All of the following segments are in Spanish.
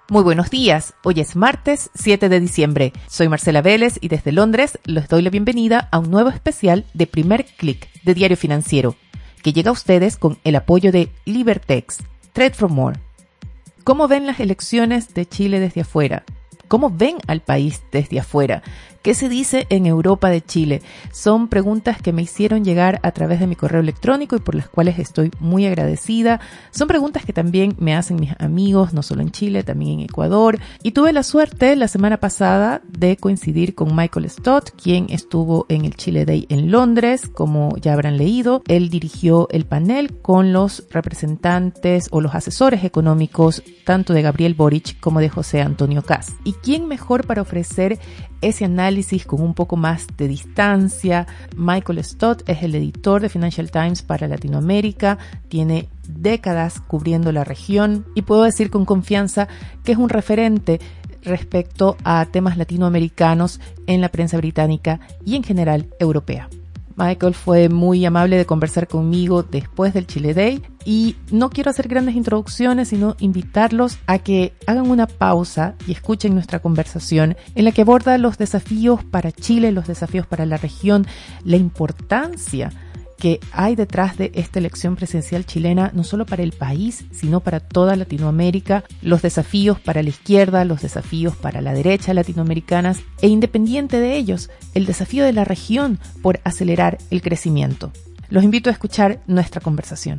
Muy buenos días, hoy es martes 7 de diciembre. Soy Marcela Vélez y desde Londres les doy la bienvenida a un nuevo especial de Primer Click de Diario Financiero, que llega a ustedes con el apoyo de Libertex, Trade for More. ¿Cómo ven las elecciones de Chile desde afuera? ¿Cómo ven al país desde afuera? ¿Qué se dice en Europa de Chile? Son preguntas que me hicieron llegar a través de mi correo electrónico y por las cuales estoy muy agradecida. Son preguntas que también me hacen mis amigos, no solo en Chile, también en Ecuador. Y tuve la suerte la semana pasada de coincidir con Michael Stott, quien estuvo en el Chile Day en Londres, como ya habrán leído. Él dirigió el panel con los representantes o los asesores económicos tanto de Gabriel Boric como de José Antonio Kast. ¿Y quién mejor para ofrecer ese análisis con un poco más de distancia? Michael Stott es el editor de Financial Times para Latinoamérica, tiene décadas cubriendo la región y puedo decir con confianza que es un referente respecto a temas latinoamericanos en la prensa británica y en general europea. Michael fue muy amable de conversar conmigo después del Chile Day y no quiero hacer grandes introducciones, sino invitarlos a que hagan una pausa y escuchen nuestra conversación en la que aborda los desafíos para Chile, los desafíos para la región, la importancia que hay detrás de esta elección presidencial chilena, no solo para el país, sino para toda Latinoamérica, los desafíos para la izquierda, los desafíos para la derecha latinoamericanas e independiente de ellos, el desafío de la región por acelerar el crecimiento. Los invito a escuchar nuestra conversación.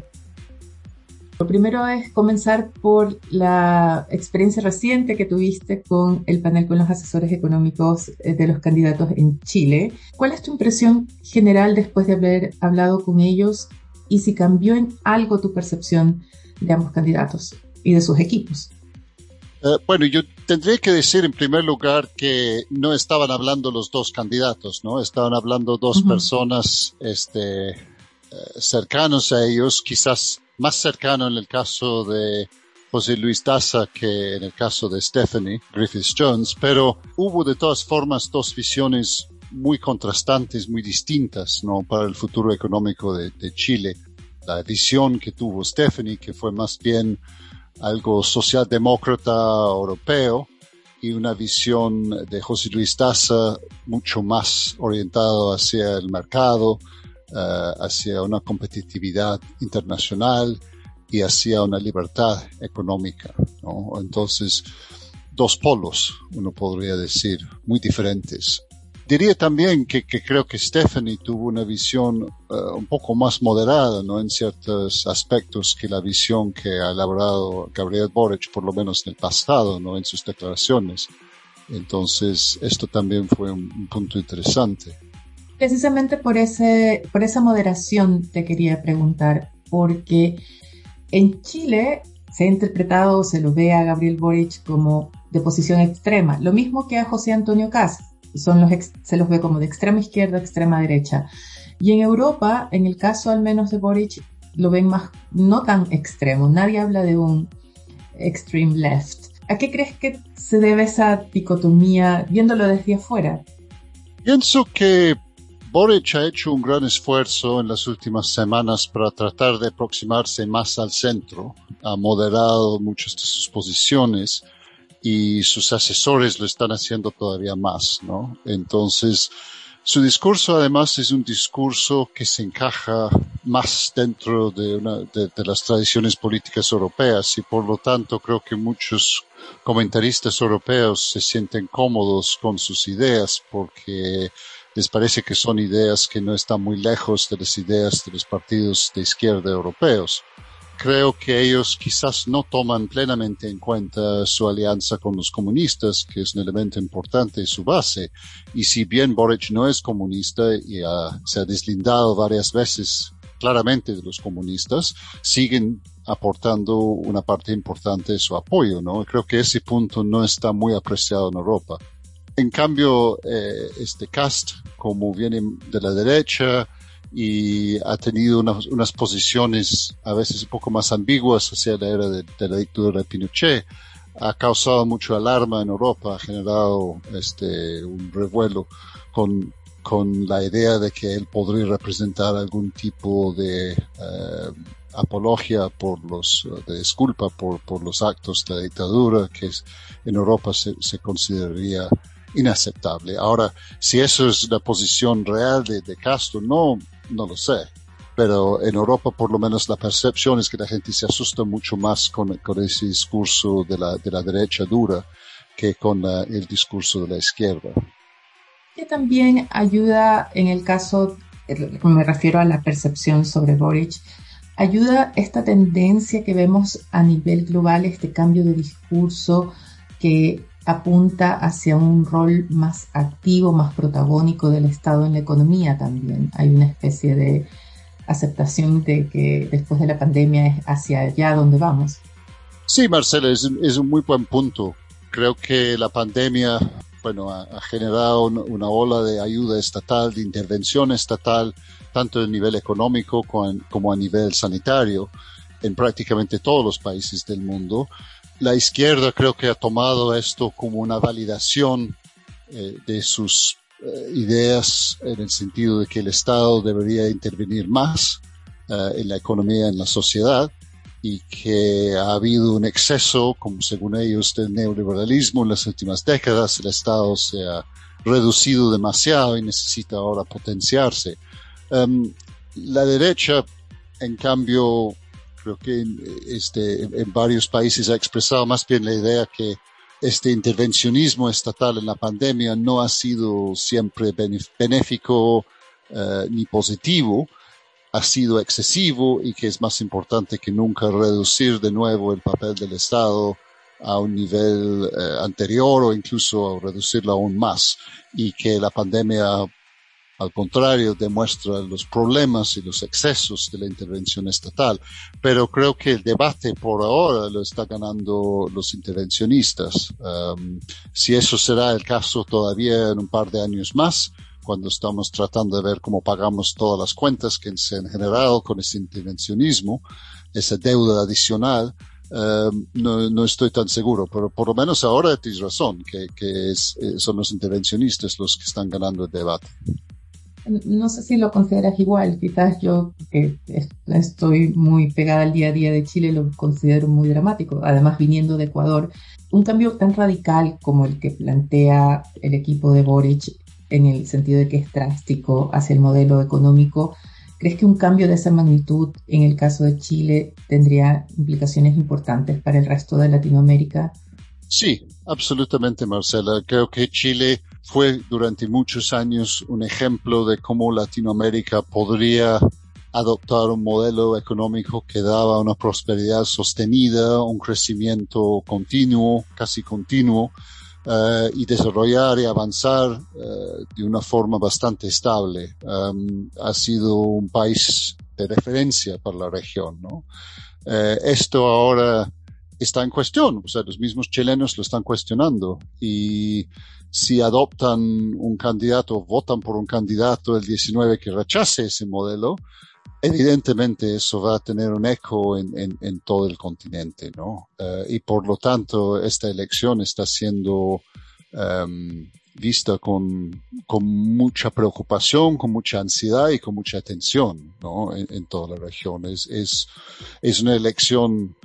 Lo primero es comenzar por la experiencia reciente que tuviste con el panel con los asesores económicos de los candidatos en Chile. ¿Cuál es tu impresión general después de haber hablado con ellos y si cambió en algo tu percepción de ambos candidatos y de sus equipos? Bueno, yo tendría que decir en primer lugar que no estaban hablando los dos candidatos, ¿no? Estaban hablando dos personas cercanos a ellos, quizás más cercano en el caso de José Luis Daza que en el caso de Stephanie Griffiths-Jones, pero hubo de todas formas dos visiones muy contrastantes, muy distintas, ¿no? Para el futuro económico de Chile. La visión que tuvo Stephanie, que fue más bien algo socialdemócrata europeo, y una visión de José Luis Daza mucho más orientado hacia el mercado, hacia una competitividad internacional y hacia una libertad económica, ¿no? Entonces, dos polos, uno podría decir, muy diferentes. Diría también que creo que Stephanie tuvo una visión un poco más moderada, ¿no? En ciertos aspectos que la visión que ha elaborado Gabriel Boric, por lo menos en el pasado, ¿no? En sus declaraciones. Entonces, esto también fue un punto interesante. Precisamente por esa moderación te quería preguntar, porque en Chile se ha interpretado, se lo ve a Gabriel Boric como de posición extrema, lo mismo que a José Antonio Kast, se los ve como de extrema izquierda, extrema derecha. Y en Europa, en el caso al menos de Boric, lo ven más, no tan extremo, nadie habla de un extreme left. ¿A qué crees que se debe esa dicotomía viéndolo desde afuera? Pienso que Boric ha hecho un gran esfuerzo en las últimas semanas para tratar de aproximarse más al centro. Ha moderado muchas de sus posiciones y sus asesores lo están haciendo todavía más, ¿no? Entonces, su discurso además es un discurso que se encaja más dentro de las tradiciones políticas europeas y por lo tanto creo que muchos comentaristas europeos se sienten cómodos con sus ideas porque les parece que son ideas que no están muy lejos de las ideas de los partidos de izquierda europeos. Creo que ellos quizás no toman plenamente en cuenta su alianza con los comunistas, que es un elemento importante de su base. Y si bien Boric no es comunista y se ha deslindado varias veces claramente de los comunistas, siguen aportando una parte importante de su apoyo, ¿no? Creo que ese punto no está muy apreciado en Europa. En cambio, Kast, como viene de la derecha y ha tenido unas posiciones a veces un poco más ambiguas hacia la era de la dictadura de Pinochet, ha causado mucho alarma en Europa, ha generado un revuelo con la idea de que él podría representar algún tipo de apología de disculpa por los actos de la dictadura que en Europa se consideraría inaceptable. Ahora, si eso es la posición real de Castro, no lo sé. Pero en Europa, por lo menos, la percepción es que la gente se asusta mucho más con ese discurso de la derecha dura que con el discurso de la izquierda. Que también ayuda en el caso, me refiero a la percepción sobre Boric, ayuda esta tendencia que vemos a nivel global, este cambio de discurso que apunta hacia un rol más activo, más protagónico del Estado en la economía también. Hay una especie de aceptación de que después de la pandemia es hacia allá donde vamos. Sí, Marcela, es un muy buen punto. Creo que la pandemia, ha generado una ola de ayuda estatal, de intervención estatal, tanto a nivel económico como a nivel sanitario, en prácticamente todos los países del mundo. La izquierda creo que ha tomado esto como una validación de sus ideas en el sentido de que el Estado debería intervenir más en la economía, en la sociedad, y que ha habido un exceso, como según ellos, del neoliberalismo en las últimas décadas. El Estado se ha reducido demasiado y necesita ahora potenciarse. La derecha, en cambio, creo que en varios países ha expresado más bien la idea que este intervencionismo estatal en la pandemia no ha sido siempre benéfico ni positivo, ha sido excesivo y que es más importante que nunca reducir de nuevo el papel del Estado a un nivel anterior o incluso reducirlo aún más, y que la pandemia al contrario demuestra los problemas y los excesos de la intervención estatal. Pero creo que el debate por ahora lo está ganando los intervencionistas. Si eso será el caso todavía en un par de años más, cuando estamos tratando de ver cómo pagamos todas las cuentas que se han generado con ese intervencionismo, esa deuda adicional, no estoy tan seguro, pero por lo menos ahora tienes razón, que son los intervencionistas los que están ganando el debate. No sé si lo consideras igual, quizás yo, que estoy muy pegada al día a día de Chile, lo considero muy dramático. Además, viniendo de Ecuador, un cambio tan radical como el que plantea el equipo de Boric, en el sentido de que es drástico hacia el modelo económico, ¿crees que un cambio de esa magnitud en el caso de Chile tendría implicaciones importantes para el resto de Latinoamérica? Sí, absolutamente, Marcela. Creo que Chile fue durante muchos años un ejemplo de cómo Latinoamérica podría adoptar un modelo económico que daba una prosperidad sostenida, un crecimiento continuo, casi continuo, y desarrollar y avanzar de una forma bastante estable. Ha sido un país de referencia para la región, ¿no? Esto ahora está en cuestión, o sea, los mismos chilenos lo están cuestionando, y si adoptan un candidato, votan por un candidato el 19 que rechace ese modelo, evidentemente eso va a tener un eco en todo el continente, ¿no? Y por lo tanto, esta elección está siendo vista con mucha preocupación, con mucha ansiedad y con mucha atención, ¿no? En toda la región. Es una elección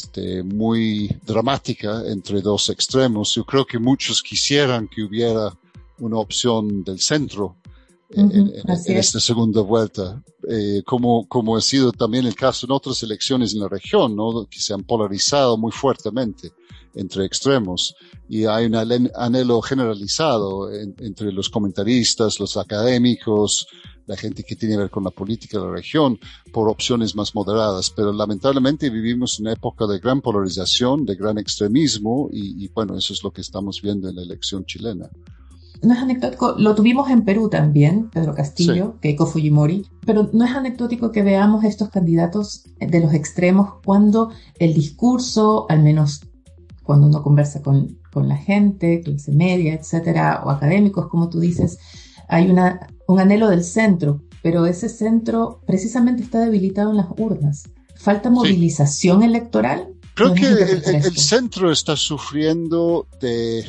muy dramática entre dos extremos. Yo creo que muchos quisieran que hubiera una opción del centro en esta segunda vuelta, como ha sido también el caso en otras elecciones en la región, ¿no? Que se han polarizado muy fuertemente entre extremos, y hay un anhelo generalizado entre los comentaristas, los académicos, la gente que tiene que ver con la política de la región, por opciones más moderadas. Pero lamentablemente vivimos una época de gran polarización, de gran extremismo, y bueno, eso es lo que estamos viendo en la elección chilena. No es anecdótico, lo tuvimos en Perú también, Pedro Castillo, sí, Keiko Fujimori, pero no es anecdótico que veamos estos candidatos de los extremos cuando el discurso, al menos cuando uno conversa con la gente, clase media, etcétera, o académicos, como tú dices, hay un anhelo del centro, pero ese centro precisamente está debilitado en las urnas. ¿Falta movilización electoral? Creo que el centro está sufriendo de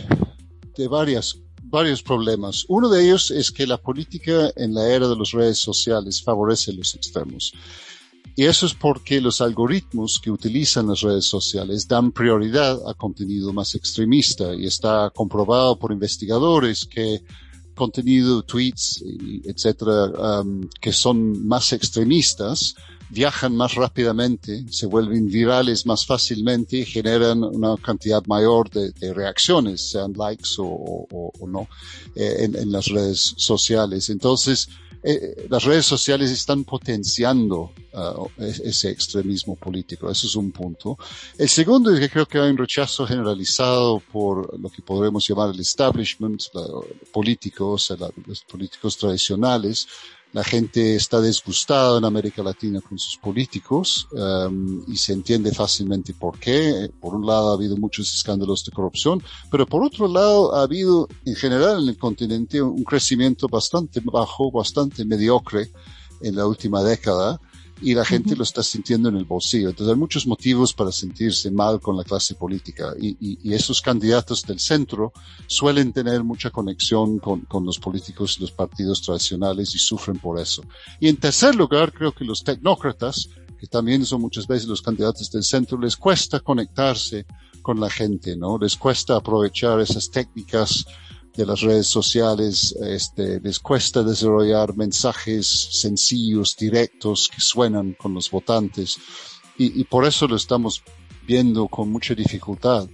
varios problemas. Uno de ellos es que la política en la era de las redes sociales favorece los extremos. Y eso es porque los algoritmos que utilizan las redes sociales dan prioridad a contenido más extremista, y está comprobado por investigadores que contenido, tweets, etcétera, que son más extremistas, viajan más rápidamente, se vuelven virales más fácilmente y generan una cantidad mayor de reacciones, sean likes o no, en las redes sociales. Entonces, las redes sociales están potenciando ese extremismo político. Eso es un punto. El segundo es que creo que hay un rechazo generalizado por lo que podremos llamar el establishment político, o sea, los políticos tradicionales. La gente está disgustada en América Latina con sus políticos, y se entiende fácilmente por qué. Por un lado ha habido muchos escándalos de corrupción, pero por otro lado ha habido en general en el continente un crecimiento bastante bajo, bastante mediocre en la última década, y la gente lo está sintiendo en el bolsillo. Entonces hay muchos motivos para sentirse mal con la clase política, y esos candidatos del centro suelen tener mucha conexión con los políticos y los partidos tradicionales, y sufren por eso. Y en tercer lugar, creo que los tecnócratas, que también son muchas veces los candidatos del centro, les cuesta conectarse con la gente, ¿no? Les cuesta aprovechar esas técnicas de las redes sociales, les cuesta desarrollar mensajes sencillos, directos, que suenan con los votantes, y por eso lo estamos viendo con mucha dificultad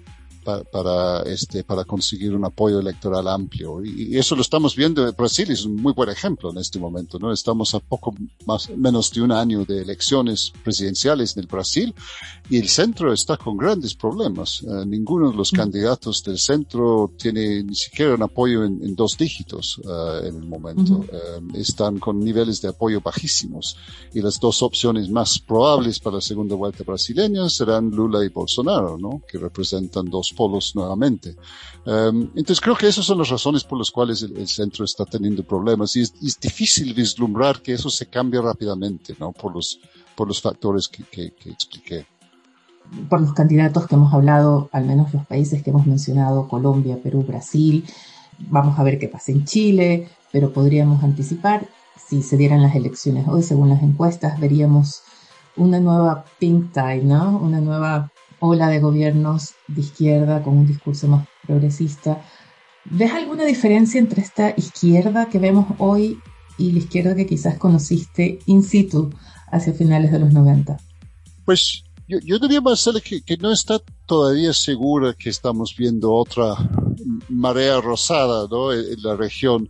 para conseguir un apoyo electoral amplio. Y eso lo estamos viendo. Brasil es un muy buen ejemplo en este momento, ¿no? Estamos a menos de un año de elecciones presidenciales en el Brasil, y el centro está con grandes problemas. Ninguno de los candidatos del centro tiene ni siquiera un apoyo en 2 dígitos en el momento. Están con niveles de apoyo bajísimos, y las 2 opciones más probables para la segunda vuelta brasileña serán Lula y Bolsonaro, ¿no? Que representan 2 polos nuevamente. Entonces creo que esas son las razones por las cuales el centro está teniendo problemas, y es difícil vislumbrar que eso se cambie rápidamente, ¿no? Por los factores que expliqué. Por los candidatos que hemos hablado, al menos los países que hemos mencionado, Colombia, Perú, Brasil. Vamos a ver qué pasa en Chile, pero podríamos anticipar, si se dieran las elecciones hoy, según las encuestas, veríamos una nueva pink tide, ¿no? Una nueva ola de gobiernos de izquierda con un discurso más progresista. ¿Ves alguna diferencia entre esta izquierda que vemos hoy y la izquierda que quizás conociste in situ hacia finales de los 90? Pues yo diría, Marcela, que no está todavía segura que estamos viendo otra marea rosada, ¿no? En la región.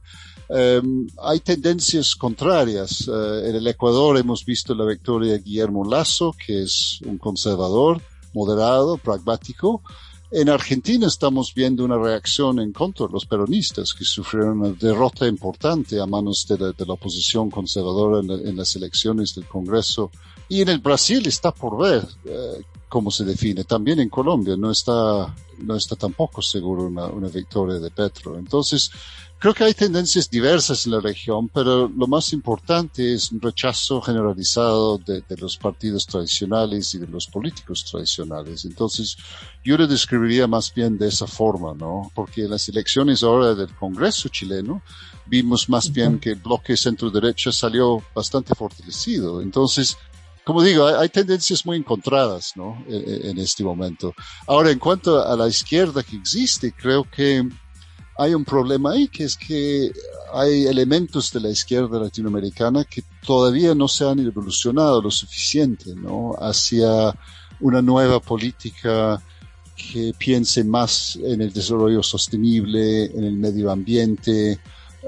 Hay tendencias contrarias. En el Ecuador hemos visto la victoria de Guillermo Lasso, que es un conservador moderado, pragmático. En Argentina estamos viendo una reacción en contra de los peronistas, que sufrieron una derrota importante a manos de la oposición conservadora en las elecciones del Congreso. Y en el Brasil está por ver cómo se define. También en Colombia no está tampoco seguro una victoria de Petro. Entonces, creo que hay tendencias diversas en la región, pero lo más importante es un rechazo generalizado de los partidos tradicionales y de los políticos tradicionales. Entonces, yo lo describiría más bien de esa forma, ¿no? Porque en las elecciones ahora del Congreso chileno vimos más bien que el bloque centro-derecha salió bastante fortalecido. Entonces, como digo, hay tendencias muy encontradas, ¿no? En este momento. Ahora, en cuanto a la izquierda que existe, creo que hay un problema ahí, que es que hay elementos de la izquierda latinoamericana que todavía no se han evolucionado lo suficiente, ¿no? Hacia una nueva política que piense más en el desarrollo sostenible, en el medio ambiente,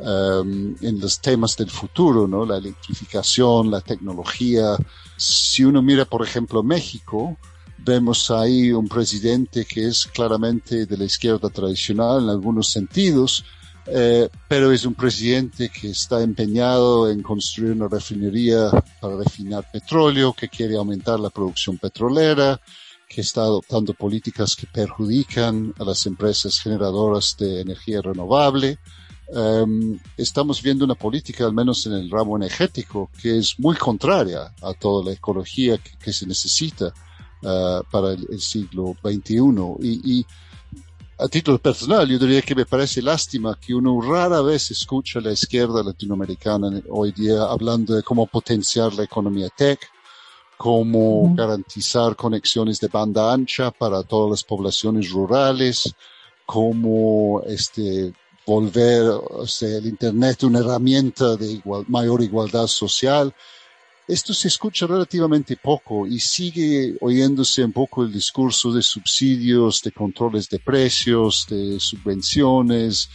en los temas del futuro, ¿no? La electrificación, la tecnología. Si uno mira, por ejemplo, México, vemos ahí un presidente que es claramente de la izquierda tradicional en algunos sentidos, pero es un presidente que está empeñado en construir una refinería para refinar petróleo, que quiere aumentar la producción petrolera, que está adoptando políticas que perjudican a las empresas generadoras de energía renovable. Estamos viendo una política, al menos en el ramo energético, que es muy contraria a toda la ecología que se necesita para el siglo XXI. Y a título personal, yo diría que me parece lástima que uno rara vez escucha a la izquierda latinoamericana hoy día hablando de cómo potenciar la economía tech, cómo garantizar conexiones de banda ancha para todas las poblaciones rurales, cómo volver, el Internet una herramienta de mayor igualdad social. Esto se escucha relativamente poco y sigue oyéndose un poco el discurso de subsidios, de controles de precios, de subvenciones,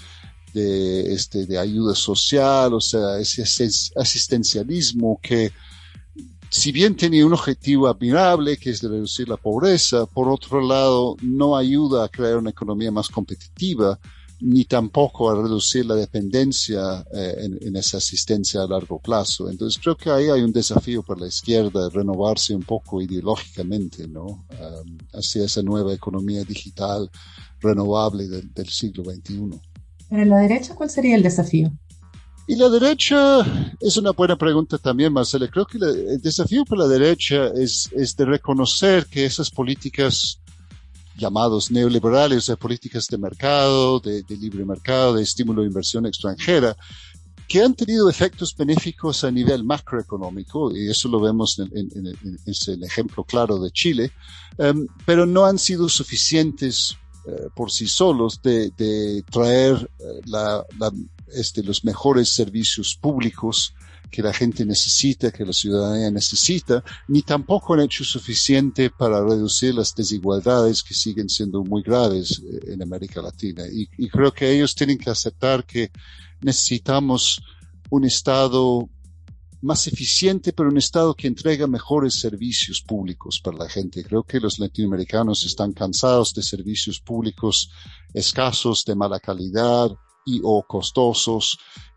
de ayuda social, ese asistencialismo que, si bien tenía un objetivo admirable, que es de reducir la pobreza, por otro lado no ayuda a crear una economía más competitiva, ni tampoco a reducir la dependencia en esa asistencia a largo plazo. Entonces creo que ahí hay un desafío para la izquierda, renovarse un poco ideológicamente, ¿no? Hacia esa nueva economía digital renovable del siglo XXI. Para la derecha, ¿cuál sería el desafío? Y la derecha es una buena pregunta también, Marcela. Creo que el desafío para la derecha es de reconocer que esas políticas llamados neoliberales, o sea, políticas de mercado, de libre mercado, de estímulo de inversión extranjera, que han tenido efectos benéficos a nivel macroeconómico, y eso lo vemos en el ejemplo claro de Chile, pero no han sido suficientes por sí solos de traer los mejores servicios públicos que la gente necesita, que la ciudadanía necesita, ni tampoco han hecho suficiente para reducir las desigualdades que siguen siendo muy graves en América Latina. Y creo que ellos tienen que aceptar que necesitamos un Estado más eficiente, pero un Estado que entrega mejores servicios públicos para la gente. Creo que los latinoamericanos están cansados de servicios públicos escasos, de mala calidad, o costosos,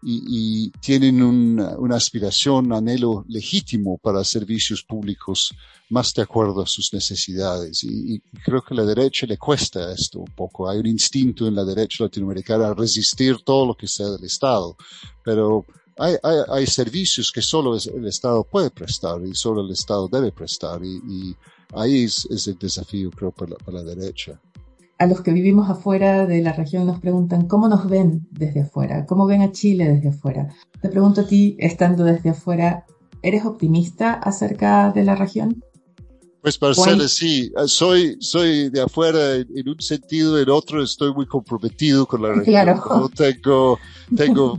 y tienen una aspiración, un anhelo legítimo para servicios públicos más de acuerdo a sus necesidades. Y creo que a la derecha le cuesta esto un poco. Hay un instinto en la derecha latinoamericana a resistir todo lo que sea del Estado, pero hay servicios que solo el Estado puede prestar y solo el Estado debe prestar, y ahí es el desafío, creo, para la derecha. A los que vivimos afuera de la región nos preguntan cómo nos ven desde afuera, cómo ven a Chile desde afuera. Te pregunto a ti, estando desde afuera, ¿eres optimista acerca de la región? Pues Marcela, sí, soy de afuera en un sentido, en otro estoy muy comprometido con la región. Claro. Tengo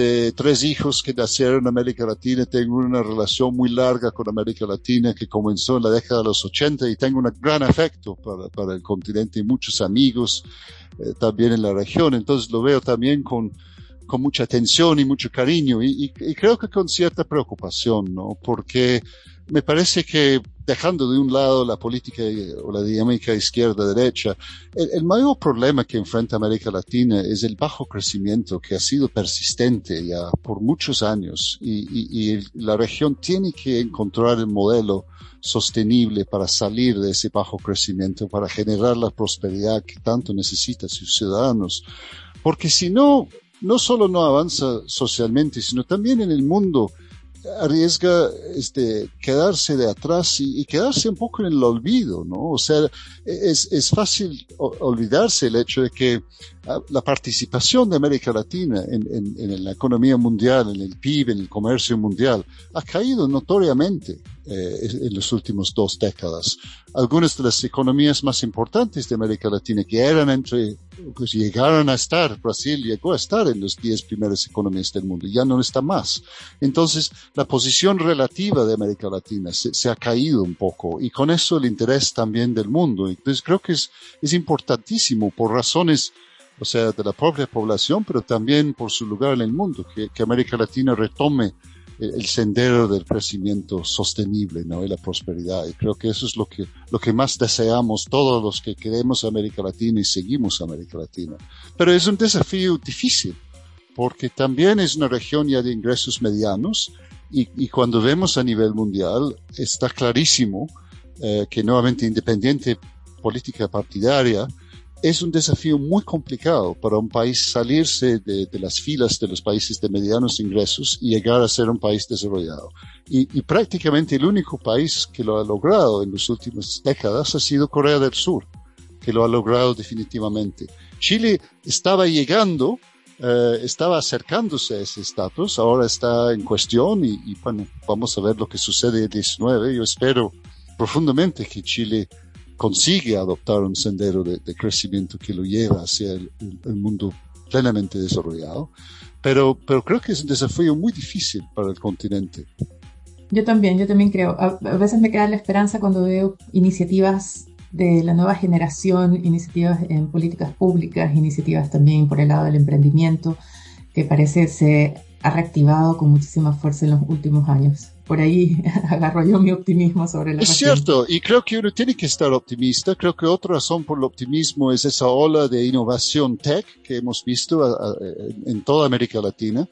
3 hijos que nacieron en América Latina, tengo una relación muy larga con América Latina que comenzó en la década de los 80 y tengo un gran afecto para el continente y muchos amigos también en la región. Entonces lo veo también con mucha atención y mucho cariño y creo que con cierta preocupación, ¿no? Porque me parece que, dejando de un lado la política o la dinámica izquierda-derecha, el mayor problema que enfrenta América Latina es el bajo crecimiento que ha sido persistente ya por muchos años y la región tiene que encontrar el modelo sostenible para salir de ese bajo crecimiento, para generar la prosperidad que tanto necesitan sus ciudadanos. Porque si no solo no avanza socialmente, sino también en el mundo arriesga quedarse de atrás y quedarse un poco en el olvido, ¿no? O sea, es fácil olvidarse el hecho de que la participación de América Latina en la economía mundial, en el PIB, en el comercio mundial, ha caído notoriamente en las últimas 2 décadas. Algunas de las economías más importantes de América Latina que eran pues llegaron a estar, Brasil llegó a estar en las 10 primeras economías del mundo, ya no está más. Entonces, la posición relativa de América Latina se ha caído un poco y con eso el interés también del mundo. Entonces, creo que es importantísimo por razones, o sea, de la propia población, pero también por su lugar en el mundo, que América Latina retome el sendero del crecimiento sostenible, ¿no? Y la prosperidad. Y creo que eso es lo que más deseamos todos los que queremos América Latina y seguimos América Latina. Pero es un desafío difícil, porque también es una región ya de ingresos medianos y cuando vemos a nivel mundial está clarísimo que nuevamente independiente política partidaria es un desafío muy complicado para un país salirse de las filas de los países de medianos ingresos y llegar a ser un país desarrollado. Y prácticamente el único país que lo ha logrado en las últimas décadas ha sido Corea del Sur, que lo ha logrado definitivamente. Chile estaba llegando, estaba acercándose a ese estatus, ahora está en cuestión y bueno, vamos a ver lo que sucede el 19. Yo espero profundamente que Chile consiga adoptar un sendero de crecimiento que lo lleva hacia el mundo plenamente desarrollado, pero creo que es un desafío muy difícil para el continente. Yo también creo. A veces me queda la esperanza cuando veo iniciativas de la nueva generación, iniciativas en políticas públicas, iniciativas también por el lado del emprendimiento, que parece se ha reactivado con muchísima fuerza en los últimos años. Por ahí agarro yo mi optimismo sobre la región. Es cierto, y creo que uno tiene que estar optimista. Creo que otra razón por el optimismo es esa ola de innovación tech que hemos visto en toda América Latina.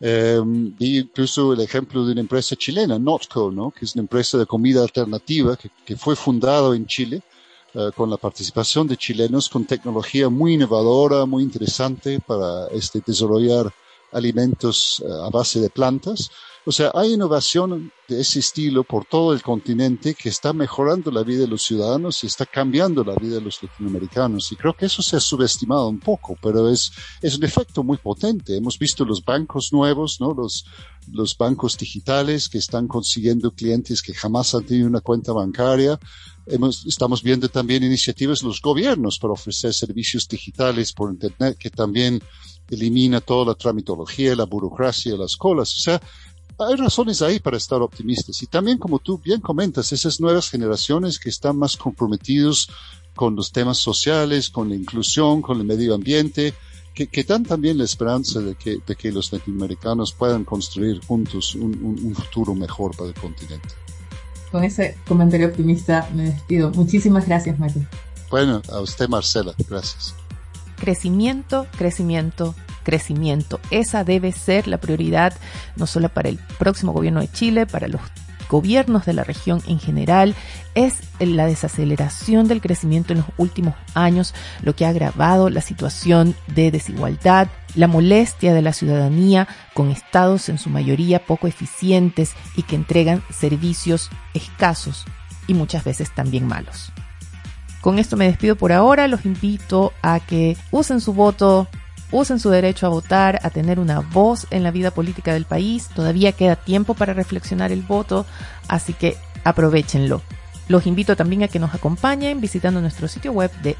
Vi incluso el ejemplo de una empresa chilena, Notco, ¿no? Que es una empresa de comida alternativa que fue fundado en Chile, con la participación de chilenos, con tecnología muy innovadora, muy interesante para desarrollar alimentos a base de plantas. O sea, hay innovación de ese estilo por todo el continente que está mejorando la vida de los ciudadanos y está cambiando la vida de los latinoamericanos. Y creo que eso se ha subestimado un poco, pero es un efecto muy potente. Hemos visto los bancos nuevos, ¿no? Los bancos digitales que están consiguiendo clientes que jamás han tenido una cuenta bancaria. Estamos viendo también iniciativas de los gobiernos para ofrecer servicios digitales por Internet que también elimina toda la tramitología, la burocracia, las colas. O sea, hay razones ahí para estar optimistas. Y también, como tú bien comentas, esas nuevas generaciones que están más comprometidos con los temas sociales, con la inclusión, con el medio ambiente, que dan también la esperanza de que los latinoamericanos puedan construir juntos un futuro mejor para el continente. Con ese comentario optimista me despido. Muchísimas gracias, Mario. Bueno, a usted, Marcela. Gracias. Crecimiento, crecimiento, crecimiento. Esa debe ser la prioridad, no solo para el próximo gobierno de Chile, para los gobiernos de la región en general. Es la desaceleración del crecimiento en los últimos años lo que ha agravado la situación de desigualdad, la molestia de la ciudadanía con estados en su mayoría poco eficientes y que entregan servicios escasos y muchas veces también malos. Con esto me despido por ahora. Los invito a que usen su voto, usen su derecho a votar, a tener una voz en la vida política del país. Todavía queda tiempo para reflexionar el voto, así que aprovéchenlo. Los invito también a que nos acompañen visitando nuestro sitio web de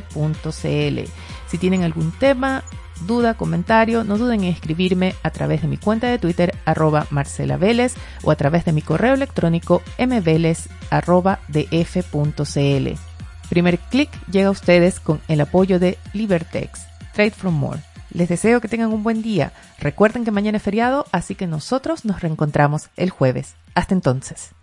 f.cl. Si tienen algún tema, duda, comentario, no duden en escribirme a través de mi cuenta de Twitter @marcelavelez o a través de mi correo electrónico mvelez@df.cl. Primer Click llega a ustedes con el apoyo de Libertex, Trade from More. Les deseo que tengan un buen día. Recuerden que mañana es feriado, así que nosotros nos reencontramos el jueves. Hasta entonces.